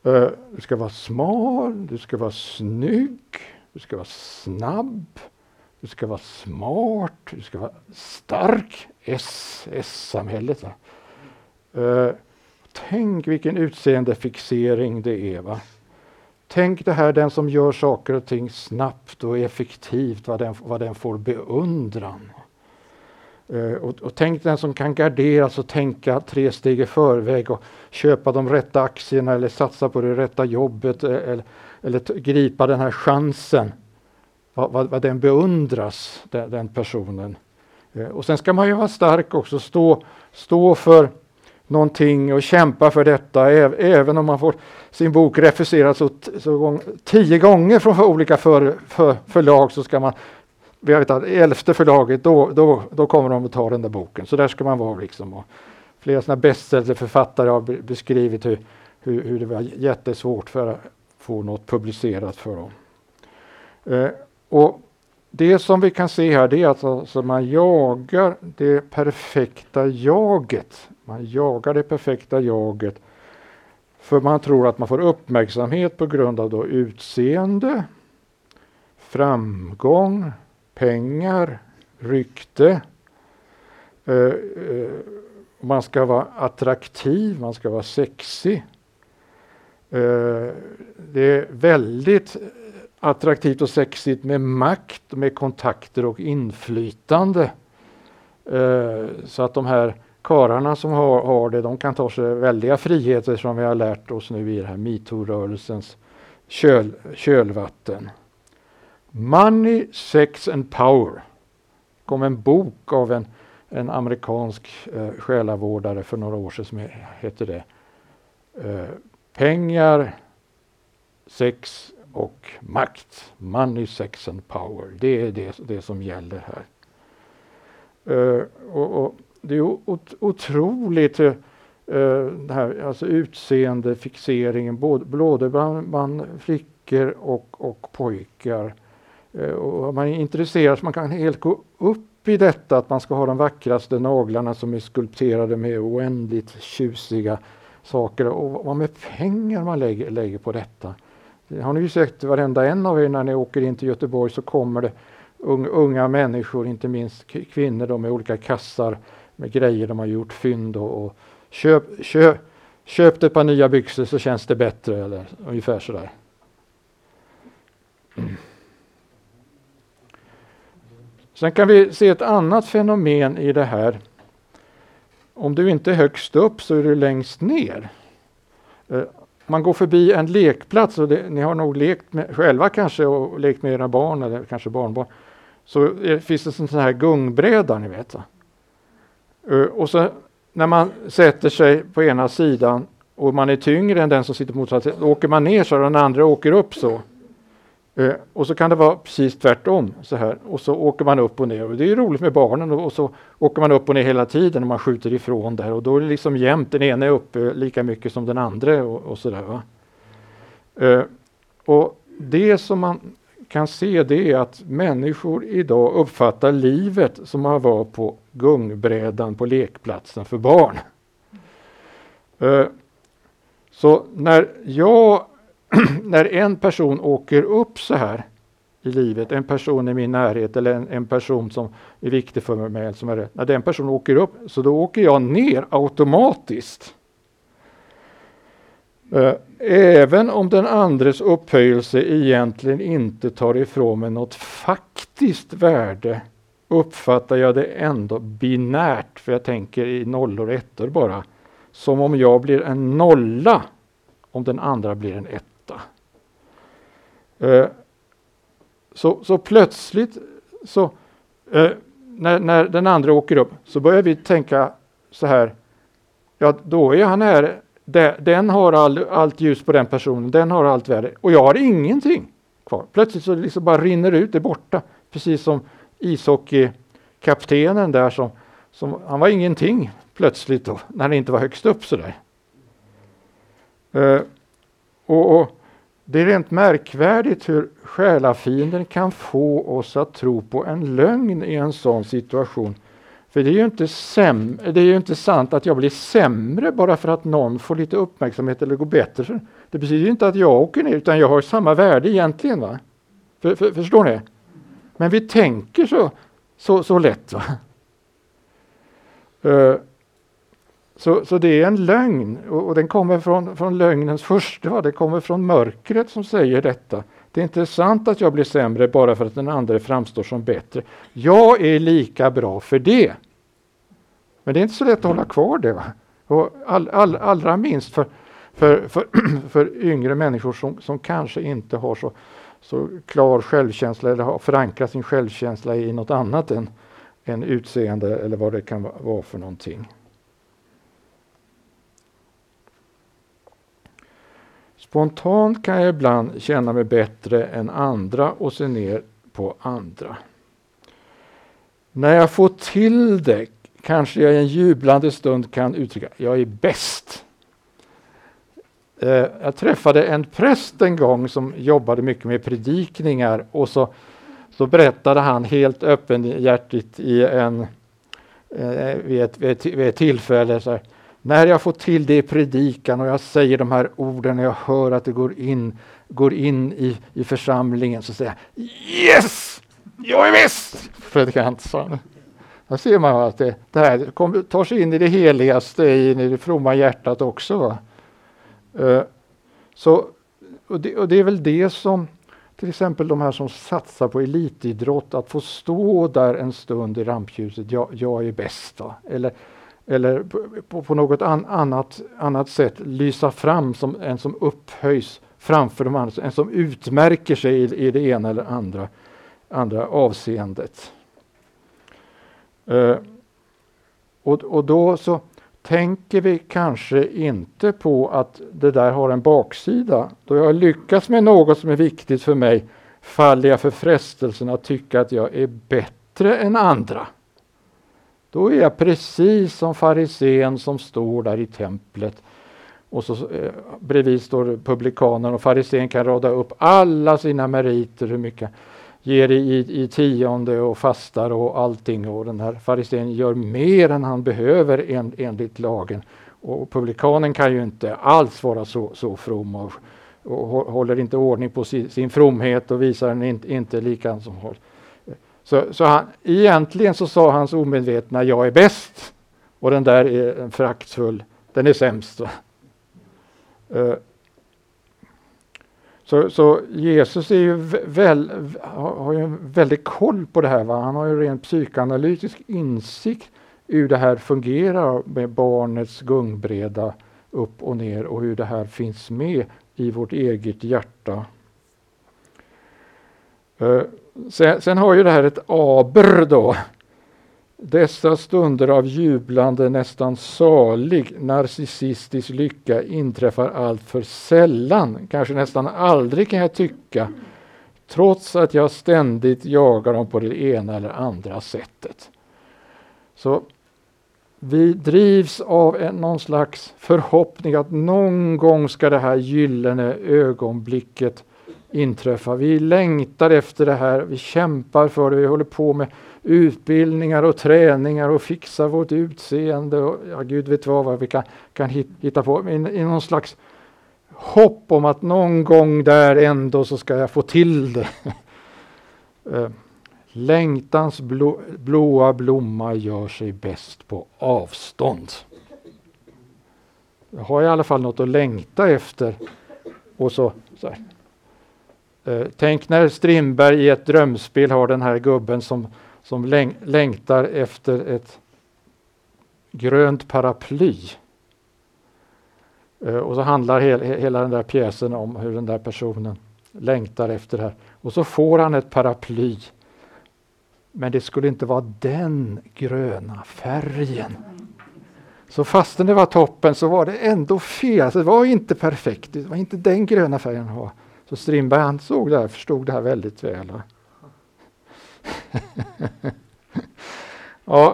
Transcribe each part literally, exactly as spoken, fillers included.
Uh, du ska vara smal, du ska vara snygg, du ska vara snabb, du ska vara smart, du ska vara stark. S, S-samhället. Va? Uh, tänk vilken utseendefixering det är. Va? Tänk det här, den som gör saker och ting snabbt och effektivt, vad den, vad den får beundran. Uh, och, och tänk den som kan garderas och tänka tre steg i förväg och köpa de rätta aktierna eller satsa på det rätta jobbet eller, eller t- gripa den här chansen. Vad, vad, vad den beundras, den, den personen. Uh, och sen ska man ju vara stark också, stå, stå för någonting och kämpa för detta, äv, även om man får sin bok refuserad så, t- så gång, tio gånger från olika för, för, förlag, så ska man, vi vet att elfte förlaget, då, då, då kommer de att ta den där boken. Så där ska man vara liksom. Och flera sådana bestsellerförfattare har be- beskrivit hur, hur, hur det var jättesvårt för att få något publicerat för dem. Eh, och det som vi kan se här, det är att alltså man jagar det perfekta jaget. Man jagar det perfekta jaget för man tror att man får uppmärksamhet på grund av då utseende, framgång, pengar, rykte. Uh, uh, man ska vara attraktiv, man ska vara sexig. Uh, det är väldigt attraktivt och sexigt med makt, med kontakter och inflytande. Uh, så att de här karlarna som har, har det, de kan ta sig väldiga friheter som vi har lärt oss nu i det här MeToo-rörelsens köl, kölvatten. Money, Sex and Power. Det kom en bok av en, en amerikansk eh, själavårdare för några år sedan som heter det. Eh, pengar, sex och makt. Money, Sex and Power. Det är det, det som gäller här. Eh, och, och det är ot- otroligt uh, det här, alltså utseende, fixeringen, både, både bland, bland flickor och, och pojkar. Uh, och man är intresserad, så man kan helt gå upp i detta att man ska ha de vackraste naglarna som är skulpterade med oändligt tjusiga saker. Och vad med pengar man lägger, lägger på detta. Det har ni ju sett, varenda en av er när ni åker in till Göteborg så kommer det unga, unga människor, inte minst kvinnor då, med olika kassar med grejer de har gjort fynd och, och köp, köp, köp ett par nya byxor så känns det bättre, eller ungefär sådär. Mm. Sen kan vi se ett annat fenomen i det här. Om du inte är högst upp så är du längst ner. Uh, man går förbi en lekplats, och det, ni har nog lekt med, själva kanske och lekt med era barn eller kanske barnbarn. Så är, finns det en sån här gungbräda, ni vet. Uh, och så när man sätter sig på ena sidan och man är tyngre än den som sitter på motsatt sida, då åker man ner så och den andra åker upp så. Uh, och så kan det vara precis tvärtom så här. Och så åker man upp och ner. Och det är roligt med barnen. Och, och så åker man upp och ner hela tiden och man skjuter ifrån där. Och då är det liksom jämnt. Den ena är uppe lika mycket som den andra och, och sådär. Va? Uh, och det som man kan se, det är att människor idag uppfattar livet som man var på gungbrädan på lekplatsen för barn. Uh, så när jag när en person åker upp så här i livet, en person i min närhet eller en, en person som är viktig för mig, som är rätt, när den personen åker upp, så då åker jag ner automatiskt. Uh, även om den andres upphöjelse egentligen inte tar ifrån mig något faktiskt värde, uppfattar jag det ändå binärt, för jag tänker i nollor och ettor bara, som om jag blir en nolla om den andra blir en etta. Uh, så, så plötsligt så uh, när, när den andra åker upp så börjar vi tänka så här, ja då är han här, de, den har all, allt ljus på den personen, den har allt värde och jag har ingenting kvar. Plötsligt så det liksom bara rinner ut, det borta, precis som ishockeykaptenen där som, som han var ingenting plötsligt då, när han inte var högst upp så där. Uh, och, och det är rent märkvärdigt hur själafienden kan få oss att tro på en lögn i en sån situation. För det är ju inte, säm- det är ju inte sant att jag blir sämre bara för att någon får lite uppmärksamhet eller går bättre. Det betyder inte att jag åker ner, utan jag har samma värde egentligen. Va? För, för, förstår ni? Men vi tänker så, så, så lätt. Va? Uh, så, så det är en lögn, och, och den kommer från, från lögnens första. Va? Det kommer från mörkret som säger detta. Det är inte sant att jag blir sämre bara för att den andra framstår som bättre. Jag är lika bra för det. Men det är inte så lätt att hålla kvar det. Va? Och all, all, allra minst för, för, för, för yngre människor som, som kanske inte har så, så klar självkänsla eller har förankrat sin självkänsla i något annat än, än utseende eller vad det kan vara för någonting. Spontant kan jag ibland känna mig bättre än andra och se ner på andra. När jag får till det kanske jag i en jublande stund kan uttrycka, jag är bäst. Eh, jag träffade en präst en gång som jobbade mycket med predikningar, och så, så berättade han helt öppenhjärtigt i en, eh, vid, ett, vid, ett, vid ett tillfälle så här, när jag får till det i predikan och jag säger de här orden och jag hör att det går in, går in i, i församlingen, så säger jag, yes! Jag är bäst! Predikant, sa han. Då ser man att det, det här kommer, tar sig in i det heligaste, in i det fromma hjärtat också. Va? Uh, så, och, det, och det är väl det som till exempel de här som satsar på elitidrott, att få stå där en stund i rampljuset, jag, jag är bäst. Va? Eller, eller på, på något an, annat, annat sätt lysa fram som en som upphöjs framför de andra, en som utmärker sig i, i det ena eller andra, andra avseendet. Uh, och, och då så tänker vi kanske inte på att det där har en baksida. Då jag lyckas med något som är viktigt för mig, faller jag för frestelsen att tycka att jag är bättre än andra. Då är jag precis som farisén som står där i templet. Och så eh, bredvid står publikanen, och farisén kan rada upp alla sina meriter, hur mycket ger i, i tionde och fastar och allting, och den här farisén gör mer än han behöver en, enligt lagen, och publikanen kan ju inte alls vara så, så from och, och håller inte ordning på sin, sin fromhet och visar den inte, inte lika som håll. Så, så han, egentligen så sa hans omedvetna, jag är bäst, och den där är föraktfull, den är sämst. Uh, Så, så Jesus är ju väl, har ju en väldigt koll på det här. Va? Han har ju rent psykoanalytisk insikt hur det här fungerar med barnets gungbreda upp och ner, och hur det här finns med i vårt eget hjärta. Uh, sen, sen har ju det här ett aber då. Dessa stunder av jublande, nästan salig, narcissistisk lycka inträffar allt för sällan, kanske nästan aldrig kan jag tycka, trots att jag ständigt jagar dem på det ena eller andra sättet. Så vi drivs av en, någon slags förhoppning att någon gång ska det här gyllene ögonblicket inträffa. Vi längtar efter det här, vi kämpar för det, vi håller på med utbildningar och träningar och fixar vårt utseende och ja, Gud vet vad, vad vi kan, kan hitta på i, i någon slags hopp om att någon gång där ändå så ska jag få till det. uh, längtans blå, blåa blomma gör sig bäst på avstånd. Jag har i alla fall något att längta efter. Och så, så här. Uh, tänk när Strindberg i ett drömspel har den här gubben som som läng- längtar efter ett grönt paraply. Uh, och så handlar he- hela den där pjäsen om hur den där personen längtar efter det här. Och så får han ett paraply. Men det skulle inte vara den gröna färgen. Så fastän det var toppen så var det ändå fel. Alltså det var inte perfekt. Det var inte den gröna färgen han har. Så Strindberg, han såg det här, förstod det här väldigt väl. Ja.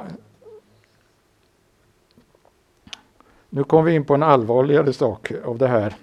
Nu kommer vi in på en allvarligare sak av det här.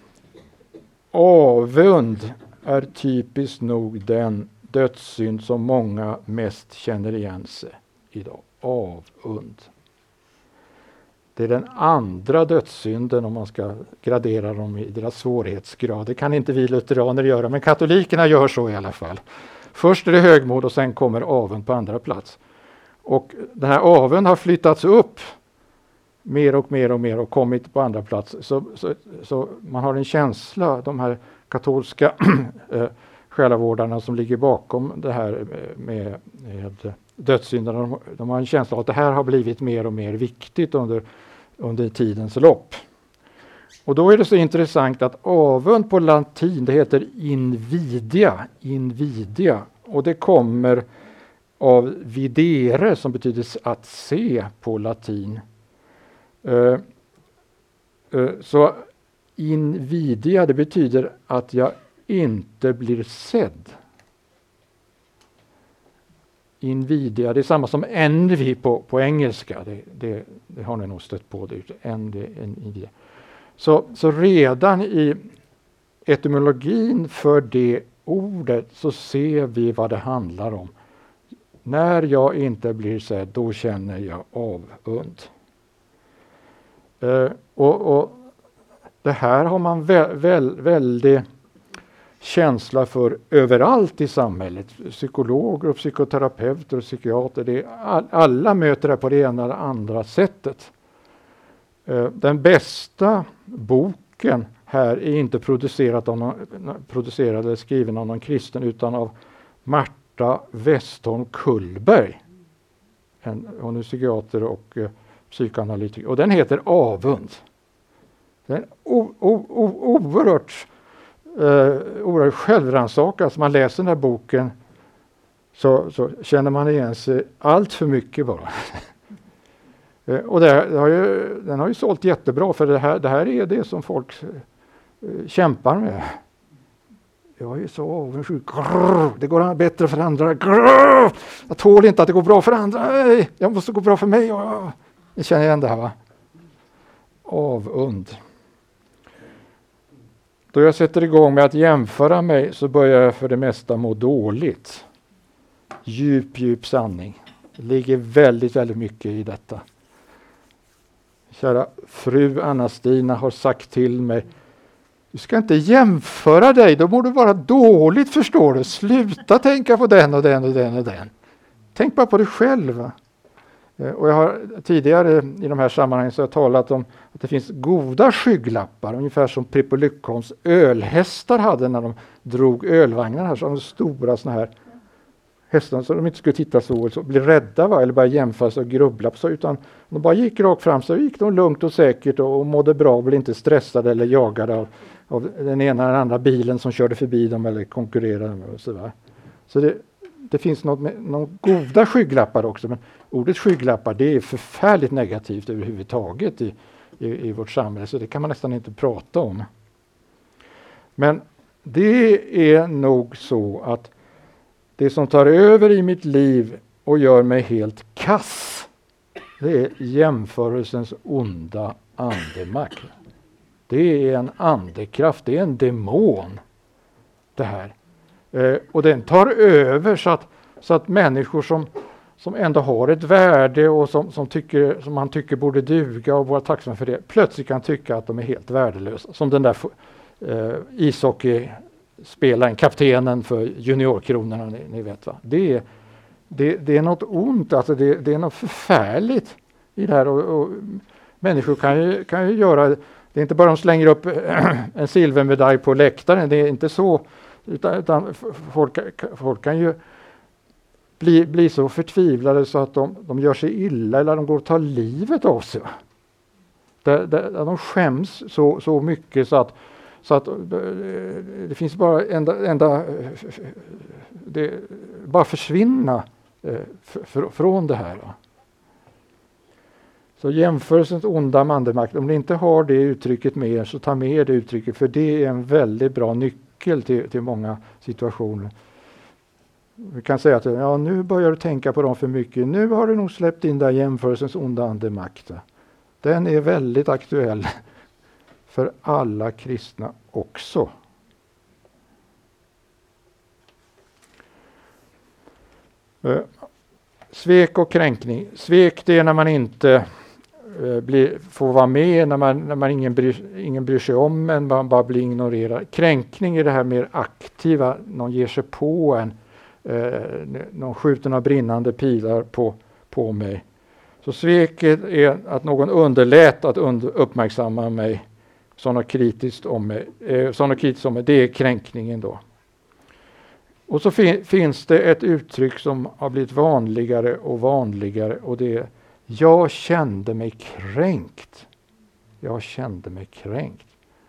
Avund är typiskt nog den dödssynd som många mest känner igen sig idag. Avund. Det är den andra dödssynden om man ska gradera dem i deras svårighetsgrad. Det kan inte vi lutheraner göra, men katolikerna gör så i alla fall. Först är det högmod och sen kommer avund på andra plats. Och den här avund har flyttats upp mer och mer och mer och kommit på andra plats. Så, så, så man har en känsla, de här katolska själavårdarna som ligger bakom det här med, med dödssynderna, de, de har en känsla av att det här har blivit mer och mer viktigt under, under tidens lopp. Och då är det så intressant att avund på latin, det heter invidia, invidia, och det kommer av videre som betyder att se på latin. Uh, uh, så invidia, det betyder att jag inte blir sedd. Invidia, det är samma som envy på, på engelska. Det, det, det har ni nog stött på. Det, envy, envy. Så, så redan i etymologin för det ordet så ser vi vad det handlar om. När jag inte blir sedd, då känner jag avund. Uh, och, och det här har man vä- väl, väldigt känsla för överallt i samhället. Psykologer och psykoterapeuter och psykiater, det är all, alla möter det på det ena eller andra sättet. Uh, den bästa boken här är inte producerad, av någon, producerad eller skriven av någon kristen utan av Marta Westholm Kullberg. En, hon är psykiater och uh, psykoanalytiker. Och den heter Avund. Den är o, o, o, oerhört, uh, oerhört självrannsakan. Alltså man läser den här boken så, så känner man igen sig allt för mycket bara. uh, och det, det har ju, den har ju sålt jättebra för det här, det här är det som folk uh, kämpar med. Jag är så avundsjuk. Grrr, det går bättre för andra. Grrr, jag tål inte att det går bra för andra. Nej, jag måste gå bra för mig. Ni känner igen det här, va? Avund. Då jag sätter igång med att jämföra mig så börjar jag för det mesta må dåligt. Djup, djup sanning. Det ligger väldigt, väldigt mycket i detta. Kära fru Anna-Stina har sagt till mig: du ska inte jämföra dig, då mår du vara dåligt, förstår du. Sluta tänka på den och den och den och den. Tänk bara på dig själv. Och jag har tidigare i de här sammanhangen så har jag talat om att det finns goda skygglappar, ungefär som Pippi Lyckholms ölhästar hade när de drog ölvagnar här, så de stora såna här hästarna så de inte skulle titta så och bli rädda, va? Eller bara jämföra och grubbla på så, utan de bara gick rakt fram, så gick de lugnt och säkert och, och mådde bra och blev inte stressade eller jagade av, av den ena eller andra bilen som körde förbi dem eller konkurrerade med och så där. Så det, det finns något med, någon goda skygglappar också, men ordet skygglappar, det är förfärligt negativt överhuvudtaget i, i, i vårt samhälle, så det kan man nästan inte prata om. Men det är nog så att det som tar över i mitt liv och gör mig helt kass, det är jämförelsens onda andemakt. Det är en andekraft, det är en demon det här. Eh, och den tar över så att, så att människor som, som ändå har ett värde och som, som, tycker, som man tycker borde duga och vara tacksam för det, plötsligt kan tycka att de är helt värdelösa. Som den där eh, ishockeyspelaren, kaptenen för juniorkronorna, ni, ni vet, va. Det är, det, det är något ont, alltså det, det är något förfärligt i det här. Och, och människor kan ju, kan ju göra, det är inte bara de slänger upp en silvermedalj på läktaren, det är inte så. Utan, utan folk, folk kan ju bli, bli så förtvivlade så att de, de gör sig illa eller de går och tar livet av sig. Där, där, där de skäms så, så mycket så att, så att det finns bara enda, enda det, bara försvinna för, för, från det här. Så jämförelsens onda andemakt, om ni inte har det uttrycket med er så ta med det uttrycket, för det är en väldigt bra nyckel Till, till många situationer. Vi kan säga att ja, nu börjar du tänka på dem för mycket. Nu har du nog släppt in där jämförelsens onda andemakt. Den är väldigt aktuell för alla kristna också. Svek och kränkning. Svek, det är när man inte eh, bli, få vara med när man, när man ingen, bryr, ingen bryr sig om en, man bara blir ignorerad. Kränkning är det här mer aktiva, någon ger sig på en, eh, någon skjuter några brinnande pilar på, på mig. Så sveket är att någon underlät att under, uppmärksamma mig, sådana kritiskt om mig, eh, sådana kritiskt om mig, det är kränkningen då. Och så fin- finns det ett uttryck som har blivit vanligare och vanligare, och det är jag kände mig kränkt. Jag kände mig kränkt.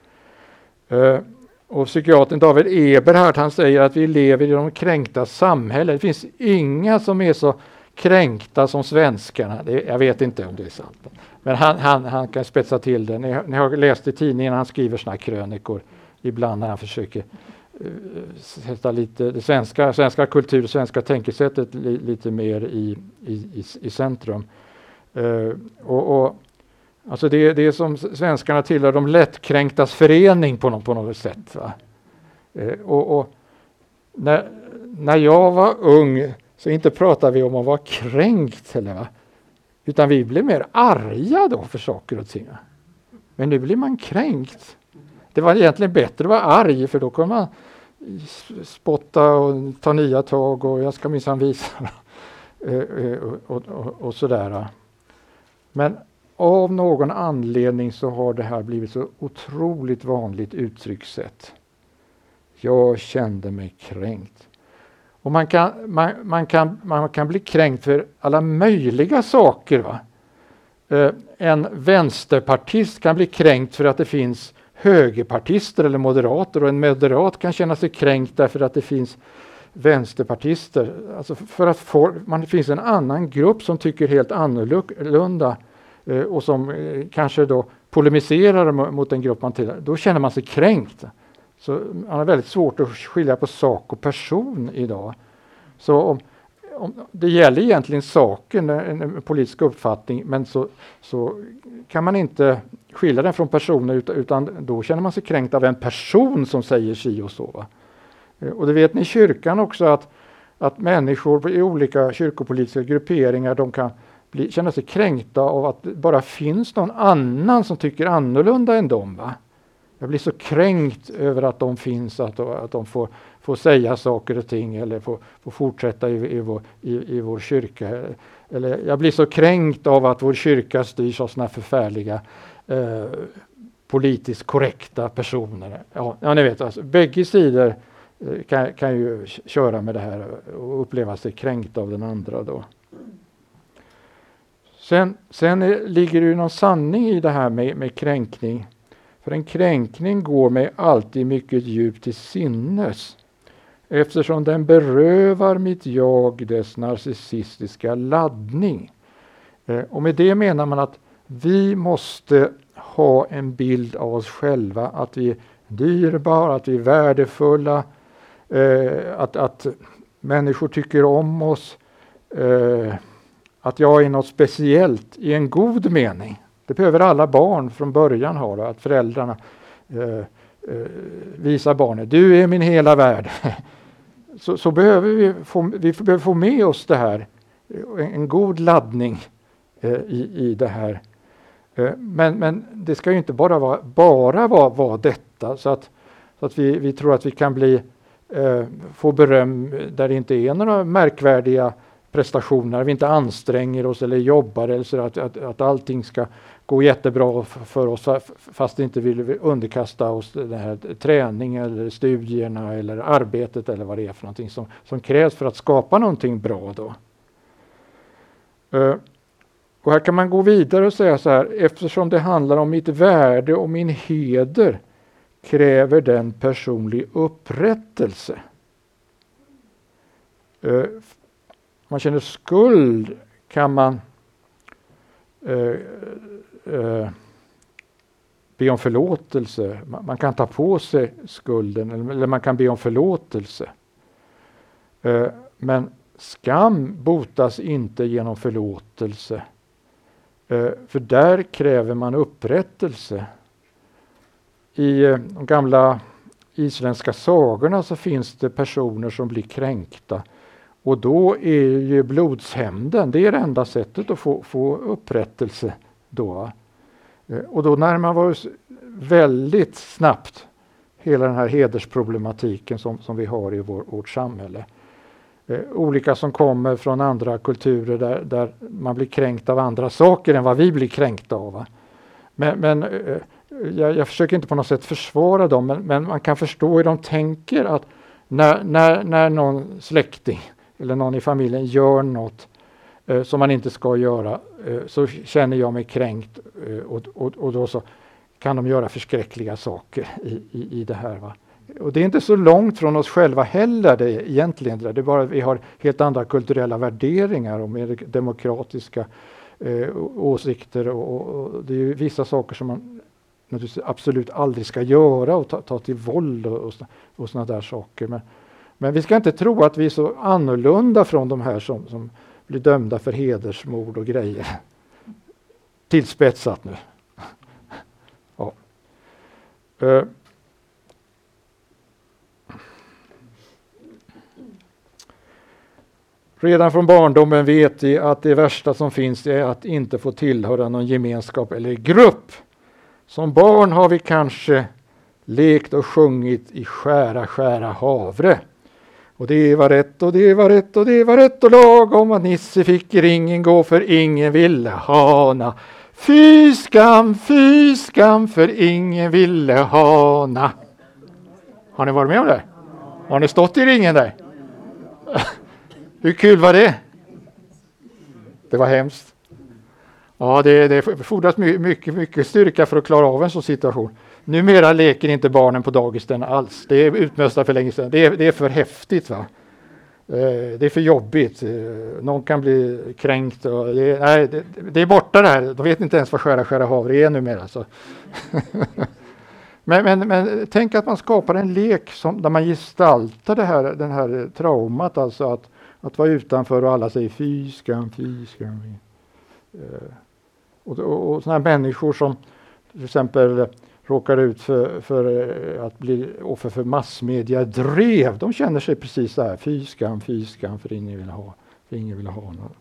Uh, och psykiatern David Eberhardt, han säger att vi lever i de kränkta samhället. Det finns inga som är så kränkta som svenskarna. Det, jag vet inte om det är sant. Men han, han, han kan spetsa till det. Ni, ni har läst i tidningen, han skriver såna här krönikor ibland när han försöker uh, sätta lite det svenska, svenska kultur, svenska tänkesättet li, lite mer i, i, i, i centrum. Uh, och, och Alltså det, det är som svenskarna tillhör de lättkränktas förening på något, på något sätt. Va? Eh, och, och när, när jag var ung så inte pratade vi om att vara kränkt, eller, va? Utan vi blev mer arga då för saker och ting. Men nu blir man kränkt. Det var egentligen bättre att vara arg, för då kan man spotta och ta nya tag och jag ska minsann visa eh, och, och, och, och sådär. Men av någon anledning så har det här blivit så otroligt vanligt uttryckssätt. Jag kände mig kränkt. Och man kan, man, man kan, man kan bli kränkt för alla möjliga saker. Va? Eh, en vänsterpartist kan bli kränkt för att det finns högerpartister eller moderater, och en moderat kan känna sig kränkt därför att det finns vänsterpartister. Alltså för att få, man, det finns en annan grupp som tycker helt annorlunda och som eh, kanske då polemiserar mot en grupp man tillhör, då känner man sig kränkt. Så man har väldigt svårt att skilja på sak och person idag. Så om, om, det gäller egentligen saken, en, en politisk uppfattning, men så, så kan man inte skilja den från personer, utan, utan då känner man sig kränkt av en person som säger si och så. Va? Och det vet ni i kyrkan också, att, att människor i olika kyrkopolitiska grupperingar, de kan bli, känna sig kränkta av att det bara finns någon annan som tycker annorlunda än dem. Va? Jag blir så kränkt över att de finns, att, att de får, får säga saker och ting eller får, får fortsätta i, i, vår, i, i vår kyrka. Eller jag blir så kränkt av att vår kyrka styrs av såna förfärliga eh, politiskt korrekta personer. Ja, ja ni vet, alltså, bägge sidor eh, kan, kan ju köra med det här och uppleva sig kränkt av den andra då. Sen, sen är, ligger det ju någon sanning i det här med, med kränkning. För en kränkning går mig alltid mycket djupt till sinnes, eftersom den berövar mitt jag dess narcissistiska laddning. Eh, och med det menar man att vi måste ha en bild av oss själva, att vi är dyrbara, att vi är värdefulla, eh, att, att människor tycker om oss, eh, att jag är något speciellt i en god mening. Det behöver alla barn från början ha, då, att föräldrarna eh, eh, visar barnet, du är min hela värld. så, så behöver vi få, vi behöver få med oss det här, en, en god laddning eh, i, i det här. Eh, men, men det ska ju inte bara vara, bara vara, vara detta, så att, så att vi, vi tror att vi kan bli, eh, få beröm där det inte är några märkvärdiga prestationer, vi inte anstränger oss eller jobbar eller så att, att, att allting ska gå jättebra för oss, fast inte vill underkasta oss den här träningen eller studierna eller arbetet eller vad det är för någonting som, som krävs för att skapa någonting bra då. Uh, och här kan man gå vidare och säga så här, eftersom det handlar om mitt värde och min heder kräver den personlig upprättelse. Uh, Om man känner skuld kan man eh, eh, be om förlåtelse. Man, man kan ta på sig skulden eller, eller man kan be om förlåtelse. Eh, men skam botas inte genom förlåtelse. Eh, för där kräver man upprättelse. I eh, de gamla isländska sagorna så finns det personer som blir kränkta. Och då är ju blodshämnden, det är det enda sättet att få, få upprättelse. då. Och då närmar vi oss väldigt snabbt hela den här hedersproblematiken som, som vi har i vår, vårt samhälle. Eh, olika som kommer från andra kulturer där, där man blir kränkt av andra saker än vad vi blir kränkta av. Va? Men, men eh, jag, jag försöker inte på något sätt försvara dem, men, men man kan förstå hur de tänker att när, när, när någon släkting eller någon i familjen gör något eh, som man inte ska göra, eh, så känner jag mig kränkt eh, och, och, och då så kan de göra förskräckliga saker i, i, i det här. Va? Och det är inte så långt från oss själva heller det, egentligen. Det är bara att vi har helt andra kulturella värderingar och mer demokratiska eh, åsikter. Och, och det är ju vissa saker som man naturligtvis absolut aldrig ska göra och ta, ta till våld och, och, och sådana där saker. Men, men vi ska inte tro att vi är så annorlunda från de här som, som blir dömda för hedersmord och grejer. Tillspetsat nu. Ja. Uh. Redan från barndomen vet vi att det värsta som finns är att inte få tillhöra någon gemenskap eller grupp. Som barn har vi kanske lekt och sjungit i skära, skära havre. Och det var rätt och det var rätt och det var rätt och lagom att Nisse fick i ringen gå för ingen ville hana. Fy skam, fy skam för ingen ville hana. Har ni varit med om det? Har ni stått i ringen där? Hur kul var det? Det var hemskt. Ja, det, det fordras mycket, mycket styrka för att klara av en sån situation. Numera leker inte barnen på dagisen alls. Det är utmöstat för länge sedan. Det är, det är för häftigt, va? Det är för jobbigt. Någon kan bli kränkt. Och det, nej, det, det är borta där. De vet inte ens vad skära, skära havre är numera. Så. men, men, men tänk att man skapar en lek som, där man gestaltar det här, den här traumat. Alltså att, att vara utanför och alla säger fy skam, fy skam. Och, och, och sådana här människor som till exempel råkar ut för, för att bli offer för massmedia drev, de känner sig precis så här, fy skam, fy skam, för ingen vill ha, för ingen vill ha något.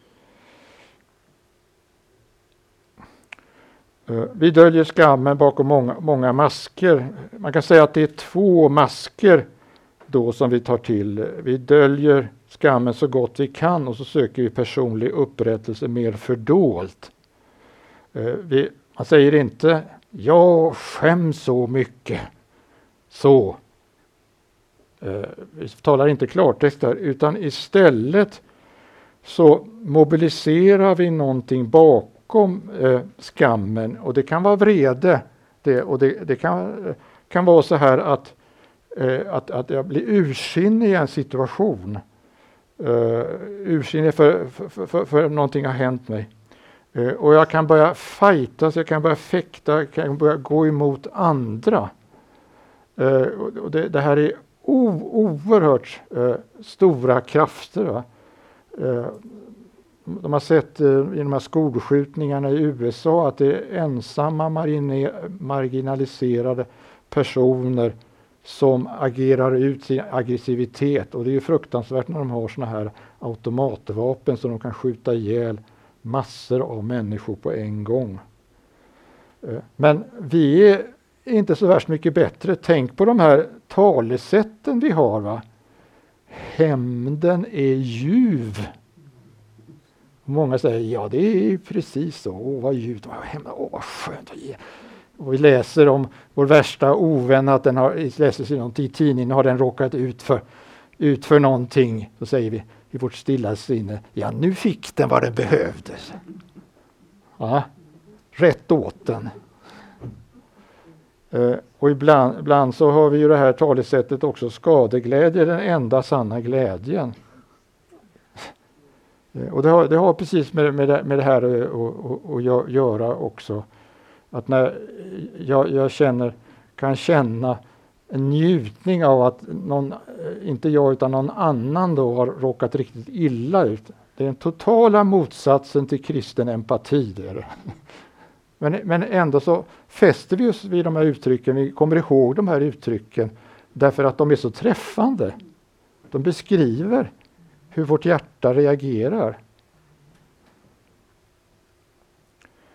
Vi döljer skammen bakom många, många masker. Man kan säga att det är två masker då som vi tar till. Vi döljer skammen så gott vi kan och så söker vi personlig upprättelse mer fördolt. Vi, man säger inte jag skäms så mycket. Så. Vi talar inte klartext där, utan istället så mobiliserar vi någonting bakom eh, skammen. Och det kan vara vrede. Det, och det, det kan, kan vara så här att, eh, att, att jag blir ursinnig i en situation. Uh, ursinnig för, för, för, för någonting har hänt mig. Uh, och jag kan börja fightas, jag kan börja fäkta, jag kan börja gå emot andra. Uh, och det, det här är o, oerhört uh, stora krafter. Va? Uh, de har sett uh, i de här skolskjutningarna i U S A att det är ensamma marine, marginaliserade personer som agerar ut sin aggressivitet. Och det är ju fruktansvärt när de har såna här automatvapen så de kan skjuta ihjäl massor av människor på en gång. Men vi är inte så värst mycket bättre. Tänk på de här talesätten vi har. Va? Hämnden är ljuv. Många säger ja, det är ju precis så. Åh, vad ljuv. Åh, vad skönt. Och vi läser om vår värsta ovän att den har, läses i någon tidning, har den råkat ut för, ut för någonting. Så säger vi i vårt stilla sinne, ja nu fick den vad den behövde. Ja, rätt åt den. Uh, och ibland, ibland så har vi ju det här talesättet också, skadeglädje är den enda sanna glädjen. uh, och det har, det har precis med, med, det, med det här att göra också. Att när jag, jag känner, kan känna en njutning av att någon, inte jag utan någon annan då har råkat riktigt illa ut. Det är den totala motsatsen till kristen empati. Där. Men, men ändå så fäster vi oss vid de här uttrycken, vi kommer ihåg de här uttrycken därför att de är så träffande. De beskriver hur vårt hjärta reagerar.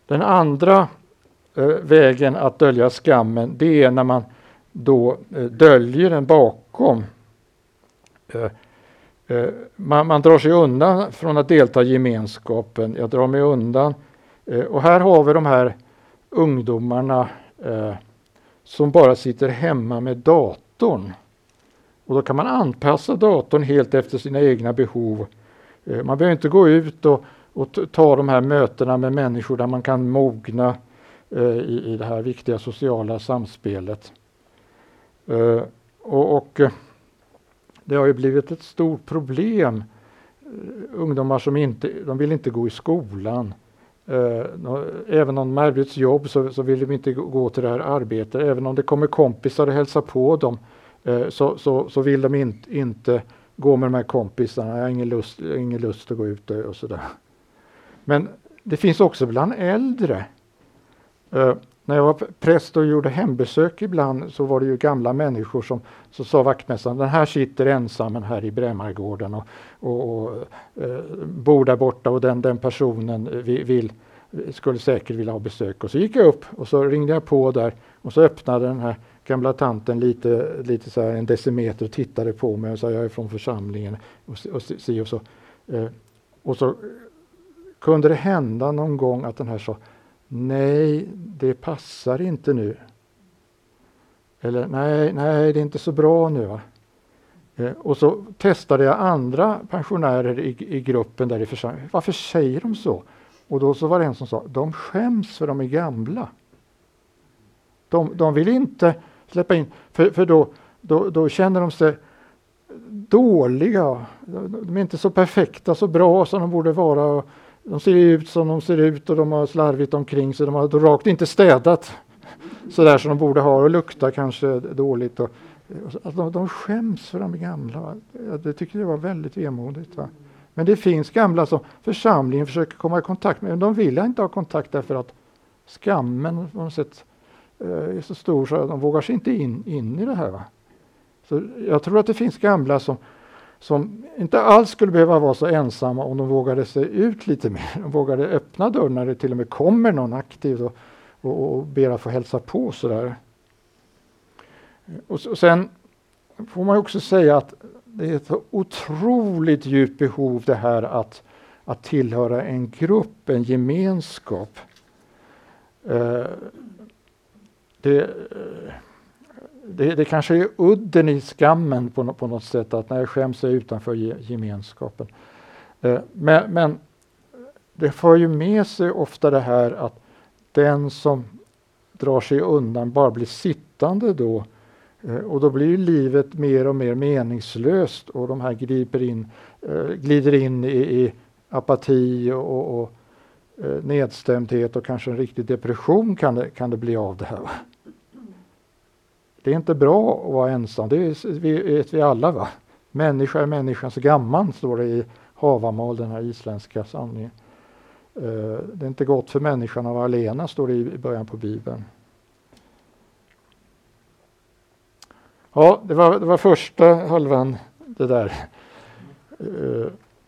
Den andra eh, vägen att dölja skammen, det är när man då eh, döljer den bakom. Eh, eh, man, man drar sig undan från att delta i gemenskapen. Jag drar mig undan. Eh, och här har vi de här ungdomarna eh, som bara sitter hemma med datorn. Och då kan man anpassa datorn helt efter sina egna behov. Eh, man behöver inte gå ut och, och ta de här mötena med människor där man kan mogna eh, i, i det här viktiga sociala samspelet. Uh, och, och det har ju blivit ett stort problem. Uh, ungdomar som inte, de vill inte gå i skolan. Uh, även om de erbjuds jobb så, så vill de inte gå, gå till det här arbetet. Även om det kommer kompisar och hälsar på dem uh, så, så, så vill de in, inte gå med de här kompisarna. Jag har ingen lust, ingen lust att gå ut och, och sådär. Men det finns också bland äldre. Uh, När jag var präst och gjorde hembesök ibland så var det ju gamla människor som så sa vaktmästaren, den här sitter ensam här i Brämmargården och, och, och eh, bor där borta och den, den personen vill, vill, skulle säkert vilja ha besök. Och så gick jag upp och så ringde jag på där och så öppnade den här gamla tanten lite, lite så här en decimeter och tittade på mig och sa jag är från församlingen och, och, och, och så. Eh, och så kunde det hända någon gång att den här sa nej, det passar inte nu. Eller nej, nej, det är inte så bra nu. Va? Eh, och så testade jag andra pensionärer i, i gruppen där i församlingen. Varför säger de så? Och då så var det en som sa, de skäms för de är gamla. De, de vill inte släppa in, för, för då, då, då känner de sig dåliga. De är inte så perfekta, så bra som de borde vara. De ser ut som de ser ut och de har slarvigt omkring sig. De har då rakt inte städat så där som de borde ha och luktar kanske dåligt. Och, och de, de skäms för de gamla. Va? Jag tycker det var väldigt vemodigt. Va? Men det finns gamla som församlingen försöker komma i kontakt med. Men de vill inte ha kontakt därför att skammen på något sätt är så stor så att de vågar sig inte in, in i det här. Va? Så jag tror att det finns gamla som som inte alls skulle behöva vara så ensamma om de vågade sig ut lite mer. De vågade öppna dörren när det till och med kommer någon aktiv och, och, och ber att få hälsa på sådär. Och, och sen får man också säga att det är ett otroligt djupt behov det här att, att tillhöra en grupp, en gemenskap. Eh, det... Det, det kanske är udden i skammen på, på något sätt att när jag skäms jag utanför gemenskapen. Eh, men, men det för ju med sig ofta det här att den som drar sig undan bara blir sittande då. Eh, och då blir livet mer och mer meningslöst och de här griper in, eh, glider in i, i apati och, och, och eh, nedstämdhet och kanske en riktig depression kan det, kan det bli av det här. Det är inte bra att vara ensam, det vet vi alla. Va? Människa är människans gammal, står det i Havamal, den här isländska sanningen. Uh, det är inte gott för människan att vara alena, står det i början på Bibeln. Ja, det var, det var första halvan det där. Uh,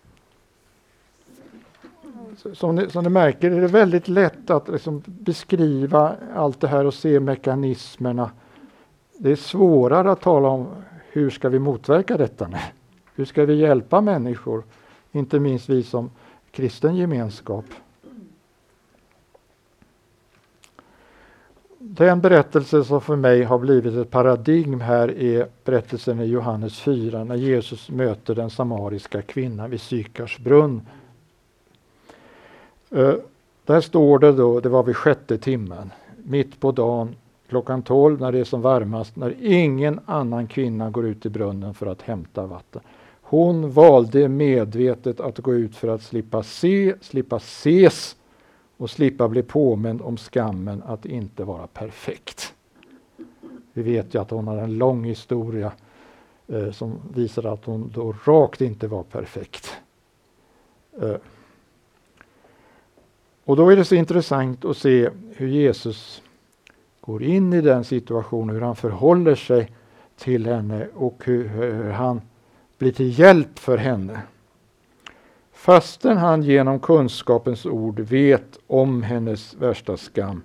som, ni, som ni märker är det väldigt lätt att liksom beskriva allt det här och se mekanismerna. Det är svårare att tala om hur ska vi motverka detta nu? Hur ska vi hjälpa människor? Inte minst vi som kristen gemenskap. Den berättelse som för mig har blivit ett paradigm här är berättelsen i Johannes fyra när Jesus möter den samariska kvinnan vid Sykars brunn. Uh, där står det då, det var vid sjätte timmen, mitt på dagen, klockan tolv när det är som varmast, när ingen annan kvinna går ut i brunnen för att hämta vatten. Hon valde medvetet att gå ut för att slippa se, slippa ses och slippa bli påmind om skammen att inte vara perfekt. Vi vet ju att hon har en lång historia eh, som visar att hon då rakt inte var perfekt. Eh. Och då är det så intressant att se hur Jesus går in i den situationen, hur han förhåller sig till henne och hur, hur han blir till hjälp för henne. Fastän han genom kunskapens ord vet om hennes värsta skam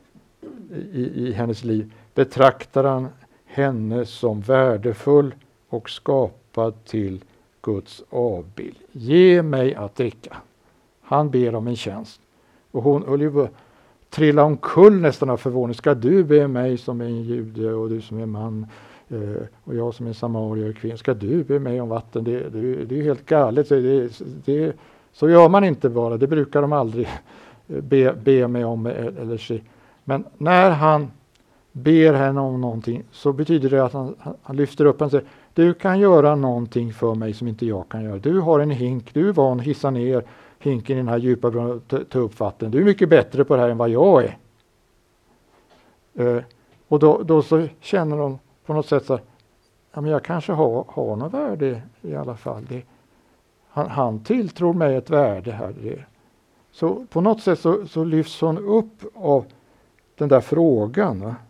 i, i hennes liv, betraktar han henne som värdefull och skapad till Guds avbild. Ge mig att dricka. Han ber om en tjänst. Och hon höll ju på trilla omkull nästan av förvåning. Ska du be mig som är en jude och du som är man eh, och jag som är samarier och kvinna. Ska du be mig om vatten? Det, det, det är helt galet. Det, det, så gör man inte bara. Det brukar de aldrig be, be mig om eller se. Men när han ber henne om någonting så betyder det att han, han lyfter upp och säger: du kan göra någonting för mig som inte jag kan göra. Du har en hink, du är van att hissa ner hinken i den här djupa brunnen och ta, ta upp vatten. Du är mycket bättre på det här än vad jag är. Uh, och då, då så känner de på något sätt så här, ja, men jag kanske har, har något värde i alla fall. Det, han, han tilltror mig ett värde här. Det. Så på något sätt så, så lyfts hon upp av den där frågan. Va?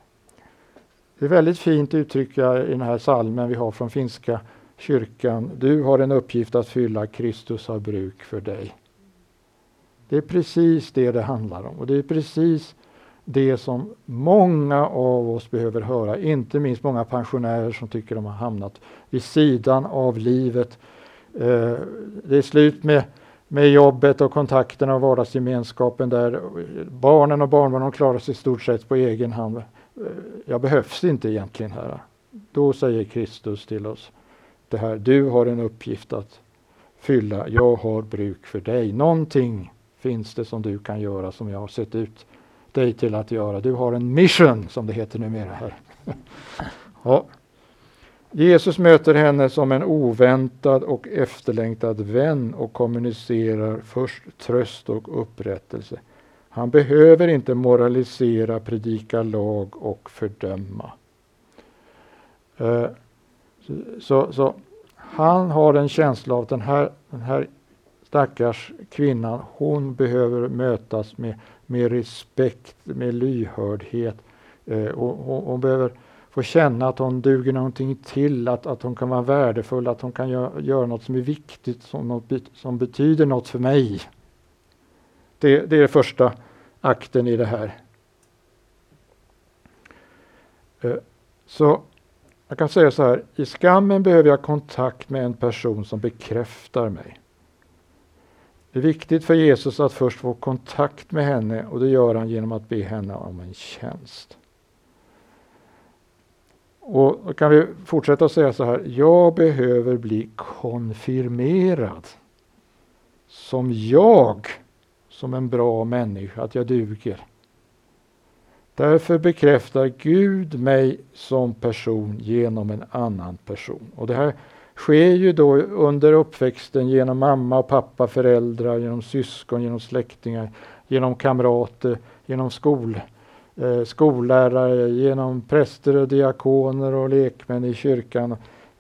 Det är väldigt fint uttryck i den här salmen vi har från finska kyrkan. Du har en uppgift att fylla, Kristus har bruk för dig. Det är precis det det handlar om. Och det är precis det som många av oss behöver höra. Inte minst många pensionärer som tycker de har hamnat vid sidan av livet. Eh, det är slut med, med jobbet och kontakterna och vardagsgemenskapen där. Barnen och barnbarnen klarar sig i stort sett på egen hand. Jag behövs inte egentligen här. Då säger Kristus till oss det här: du har en uppgift att fylla, jag har bruk för dig. Någonting finns det som du kan göra som jag har sett ut dig till att göra. Du har en mission, som det heter numera här. Ja. Jesus möter henne som en oväntad och efterlängtad vän och kommunicerar först tröst och upprättelse. Han behöver inte moralisera, predika lag och fördöma. Uh, så, så han har en känsla av att den här, den här stackars kvinnan, hon behöver mötas med, med respekt, med lyhördhet. Uh, och, och, hon behöver få känna att hon duger någonting till, att, att hon kan vara värdefull, att hon kan gö- göra något som är viktigt, som, något, som betyder något för mig. Det, det är det första akten i det här. Så jag kan säga så här: i skammen behöver jag kontakt med en person som bekräftar mig. Det är viktigt för Jesus att först få kontakt med henne, och det gör han genom att be henne om en tjänst. Och då kan vi fortsätta att säga så här: jag behöver bli konfirmerad som jag, som en bra människa, att jag duger. Därför bekräftar Gud mig som person genom en annan person. Och det här sker ju då under uppväxten genom mamma och pappa, föräldrar, genom syskon, genom släktingar, genom kamrater, genom skol, eh, skollärare, genom präster och diakoner och lekmän i kyrkan.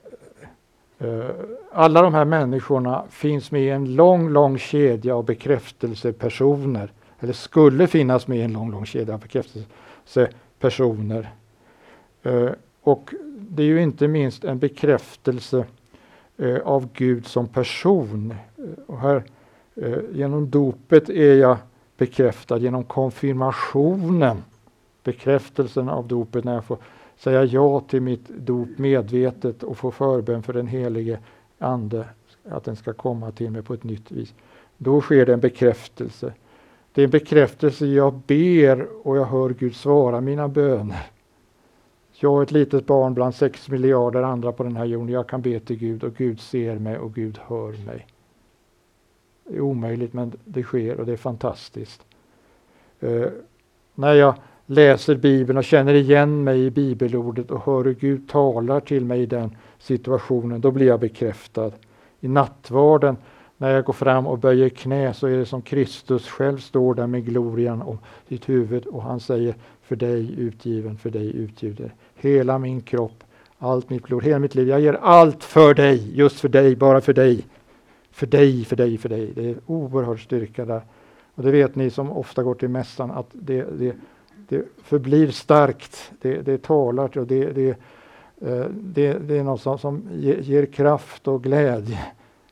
Alla de här människorna finns med i en lång, lång kedja av bekräftelsepersoner. Eller skulle finnas med i en lång, lång kedja av bekräftelsepersoner. Och det är ju inte minst en bekräftelse av Gud som person. Och här, genom dopet är jag bekräftad, genom konfirmationen. Bekräftelsen av dopet, när jag får säga ja till mitt dop medvetet och få förbön för den helige ande, att den ska komma till mig på ett nytt vis. Då sker det en bekräftelse. Det är en bekräftelse, jag ber och jag hör Gud svara mina böner. Jag är ett litet barn bland sex miljarder andra på den här jorden. Jag kan be till Gud och Gud ser mig och Gud hör mig. Det är omöjligt, men det sker och det är fantastiskt. Uh, när jag läser Bibeln och känner igen mig i bibelordet och hör hur Gud talar till mig i den situationen, då blir jag bekräftad. I nattvarden, när jag går fram och böjer knä, så är det som Kristus själv står där med glorian om sitt huvud, och han säger: för dig utgiven, för dig utgiven. Hela min kropp, allt mitt blod, hela mitt liv, jag ger allt för dig, just för dig, bara för dig. För dig, för dig, för dig. Det är oerhört styrka där. Och det vet ni som ofta går till mässan, att det, det Det förblir starkt, det, det talar, och det, det, det, det är något som, som ger kraft och glädje.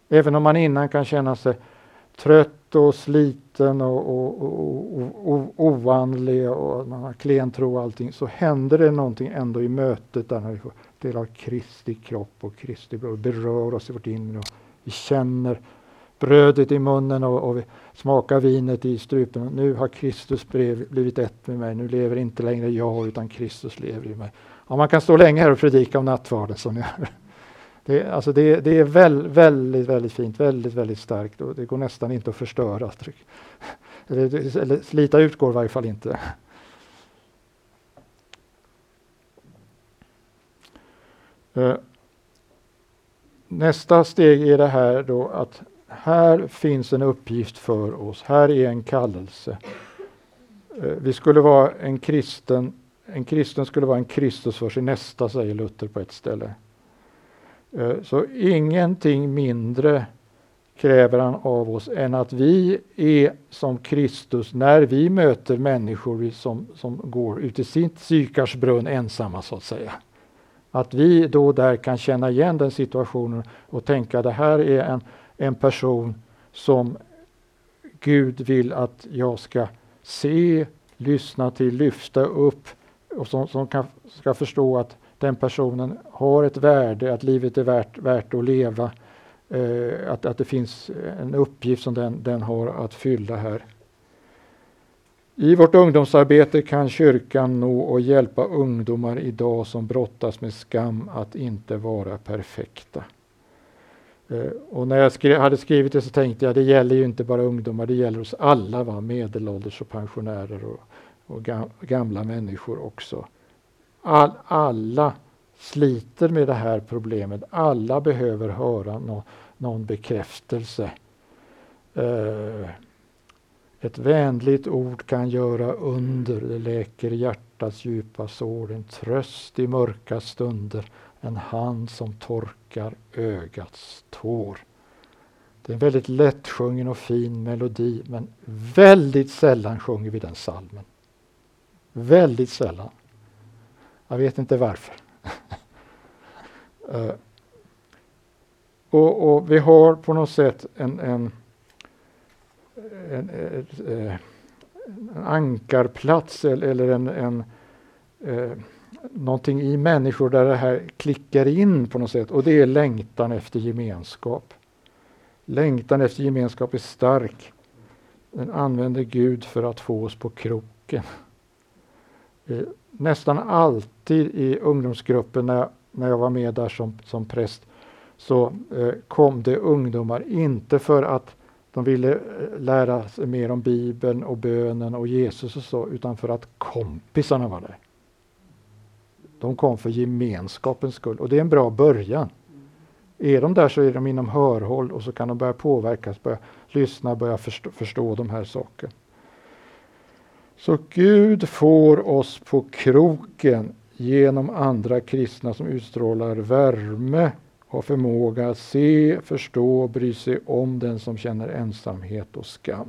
Även om man innan kan känna sig trött och sliten och, och, och, och, och oandlig och man har klen tro och allting, så händer det någonting ändå i mötet där när vi får del av Kristi kropp och Kristi blod, berör oss i vårt inre och vi känner brödet i munnen och, och vi smakar vinet i strupen. Nu har Kristus blivit ett med mig, nu lever inte längre jag utan Kristus lever i mig. Ja, man kan stå länge här och predika om nattvarden som jag gör. Det, alltså det, det är väl, väldigt, väldigt fint, väldigt, väldigt starkt och det går nästan inte att förstöra. Eller, eller slita ut går i varje fall inte. Uh, nästa steg är det här då att här finns en uppgift för oss. Här är en kallelse. Uh, vi skulle vara en kristen, en kristen skulle vara en Kristus för sin nästa, säger Luther på ett ställe. Så ingenting mindre kräver han av oss än att vi är som Kristus när vi möter människor som, som går ut i sitt sykarsbrunn ensamma så att säga. Att vi då där kan känna igen den situationen och tänka det här är en, en person som Gud vill att jag ska se, lyssna till, lyfta upp och som, som kan, ska förstå att den personen har ett värde, att livet är värt, värt att leva, eh, att, att det finns en uppgift som den, den har att fylla här. I vårt ungdomsarbete kan kyrkan nå och hjälpa ungdomar idag som brottas med skam att inte vara perfekta. Eh, och när jag skrev, hade skrivit det så tänkte jag det gäller ju inte bara ungdomar, det gäller oss alla, va? Medelålders och pensionärer och, och gamla människor också. All, alla sliter med det här problemet. Alla behöver höra no, någon bekräftelse. Uh, ett vänligt ord kan göra under. Det läker hjärtats djupa sår. En tröst i mörka stunder. En hand som torkar ögats tår. Det är en väldigt lättsjungen och fin melodi. Men väldigt sällan sjunger vi den psalmen. Väldigt sällan. Jag vet inte varför. uh, och, och vi har på något sätt en, en, en, en, en ankarplats eller, eller en, en uh, någonting i människor där det här klickar in på något sätt. Och det är längtan efter gemenskap. Längtan efter gemenskap är stark. Den använder Gud för att få oss på kroken. Uh, Nästan alltid i ungdomsgruppen när, när jag var med där som, som präst så eh, kom det ungdomar inte för att de ville eh, lära sig mer om Bibeln och bönen och Jesus och så, utan för att kompisarna var där. De kom för gemenskapens skull och det är en bra början. Är de där så är de inom hörhåll och så kan de börja påverkas, börja lyssna, börja förstå, förstå de här sakerna. Så Gud får oss på kroken genom andra kristna som utstrålar värme och förmåga att se, förstå och bry sig om den som känner ensamhet och skam.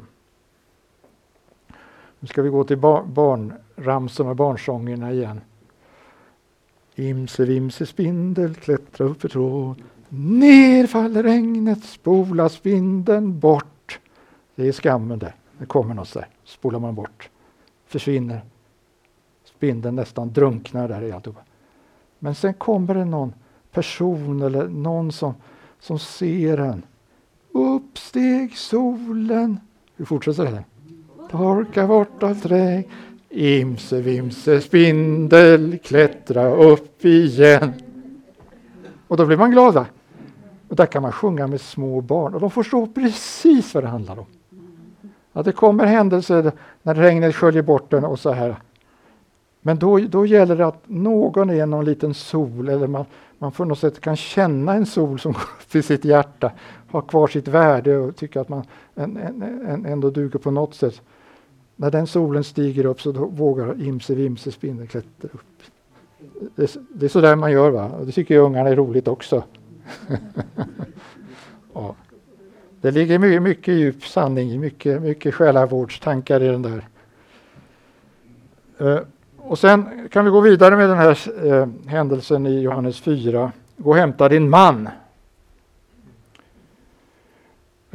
Nu ska vi gå till bar- barnramsorna och barnsångerna igen. Imse vimse spindel klättra upp för tråd. Ner faller regnet, spola spindeln bort. Det är skammen där. Det kommer något där. Spolar man bort. Försvinner. Spindeln nästan drunknar där i alltihopa. Men sen kommer det någon person eller någon som, som ser en. Uppsteg solen. Hur fortsätter det? Torka bort allt regn. Imse vimse spindel klättra upp igen. Och då blir man glad va? Och där kan man sjunga med små barn. Och de förstår precis vad det handlar om. Att det kommer händelser när regnet sköljer bort den och så här. Men då, då gäller det att någon är någon liten sol. Eller man, man på något sätt kan känna en sol som går upp i sitt hjärta. Har kvar sitt värde och tycker att man en, en, en, ändå duger på något sätt. När den solen stiger upp så då vågar imse vimse spindeln klättra upp. Det, det är så där man gör va? Och det tycker jag ungarna är roligt också. Ja. Det ligger mycket, mycket djup sanning, mycket, mycket själavårdstankar i den där. Uh, och sen kan vi gå vidare med den här uh, händelsen i Johannes fyra. Gå och hämta din man.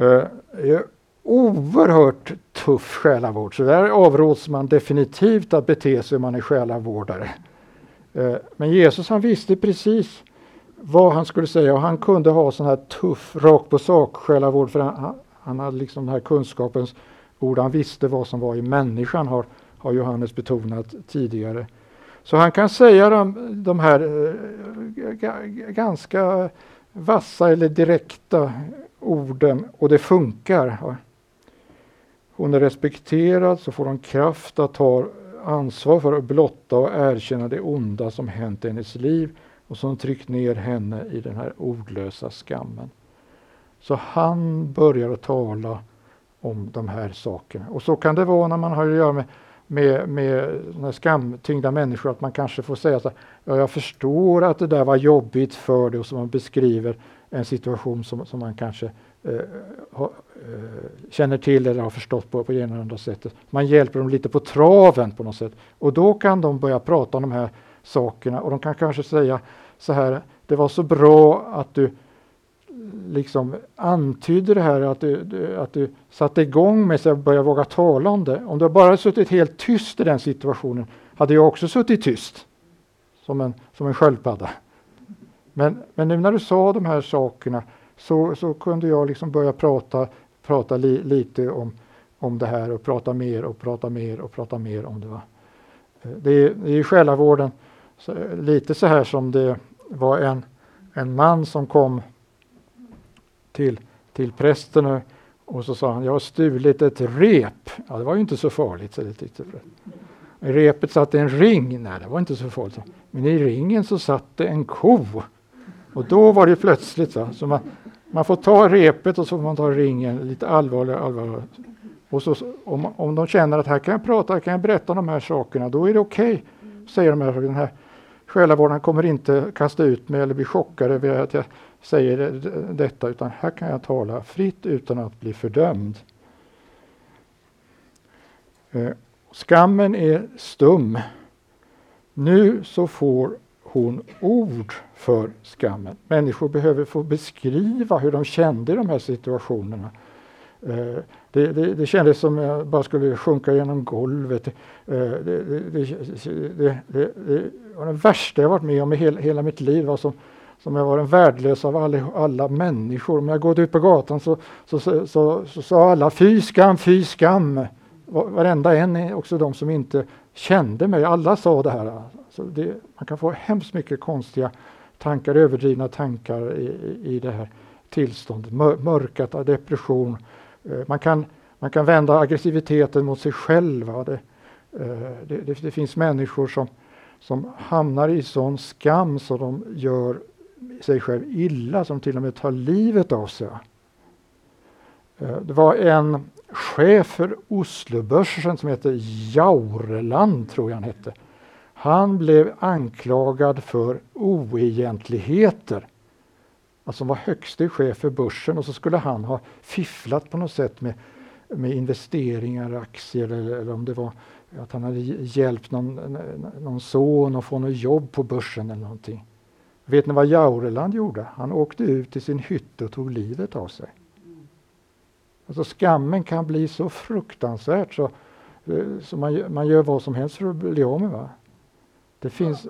Eh, är oerhört tuff själavård. Så där avråds man definitivt att bete sig om man är själavårdare. Eh, men Jesus, han visste precis vad han skulle säga, och han kunde ha sån här tuff, rakt på sak själavård, för han, han hade liksom den här kunskapens ord. Han visste vad som var i människan, har, har Johannes betonat tidigare. Så han kan säga de, de här eh, g- ganska vassa eller direkta orden, och det funkar. Hon är respekterad, så får hon kraft att ta ansvar för att blotta och erkänna det onda som hänt i hennes liv, och som tryckt ner henne i den här ordlösa skammen. Så han börjar att tala om de här sakerna. Och så kan det vara när man har att göra med, med, med skamtyngda människor, att man kanske får säga så här: ja, jag förstår att det där var jobbigt för dig, och så man beskriver en situation som, som man kanske eh, ha, eh, känner till eller har förstått på, på det ena eller andra sättet. Man hjälper dem lite på traven på något sätt. Och då kan de börja prata om de här sakerna, och de kan kanske säga så här: det var så bra att du liksom antydde det här, att du, du, att du satte igång med sig och började våga tala om det. Om du bara suttit helt tyst i den situationen, hade jag också suttit tyst som en, som en sköldpadda. Men, men nu när du sa de här sakerna, så, så kunde jag liksom börja prata, prata li, lite om, om det här, och prata mer och prata mer och prata mer om det. Va? Det är, det är i själavården så, lite så här som det var en, en man som kom till, till prästen, och så sa han: jag har stulit ett rep. Ja, det var ju inte så farligt, så det tyckte jag. I repet satt en ring. Nej, det var inte så farligt. Men i ringen så satt det en ko. Och då var det plötsligt så. Så man, man får ta repet, och så får man ta ringen lite allvarligare. allvarligare. Och så, om, om de känner att här kan jag prata, här kan jag berätta om de här sakerna, då är det okej. Okay, säger de här, den här själavården kommer inte kasta ut mig eller bli chockade över att jag säger det, detta, utan här kan jag tala fritt utan att bli fördömd. Eh, skammen är stum. Nu så får hon ord för skammen. Människor behöver få beskriva hur de kände i de här situationerna. Eh, det, det, det kändes som jag bara skulle sjunka genom golvet. Eh, det, det, det, det, det, det var det värsta jag varit med om i hela, hela mitt liv. Var som, som jag var en värdelös av alla, alla människor. Om jag gått ut på gatan så sa så, så, så, så alla fy skam, fy skam. Varenda en, är också de som inte kände mig. Alla sa det här. Så det, man kan få hemskt mycket konstiga tankar, överdrivna tankar i, i det här tillståndet. Mör, mörkat, depression. Man kan, man kan vända aggressiviteten mot sig själva. Det, det, det, det finns människor som, som hamnar i sån skam så de gör sig själv illa, som till och med tar livet av sig. Det var en chef för Oslobörsen som heter Jaureland, tror jag han hette. Han blev anklagad för oegentligheter. Alltså han var högste chef för börsen, och så skulle han ha fifflat på något sätt med, med investeringar, aktier, eller, eller om det var att han hade hjälpt någon, någon son att få något jobb på börsen eller någonting. Vet ni vad Jaureland gjorde? Han åkte ut i sin hytte och tog livet av sig. Alltså skammen kan bli så fruktansvärt så, så man, man gör vad som helst för att bli av med. Va? Det finns...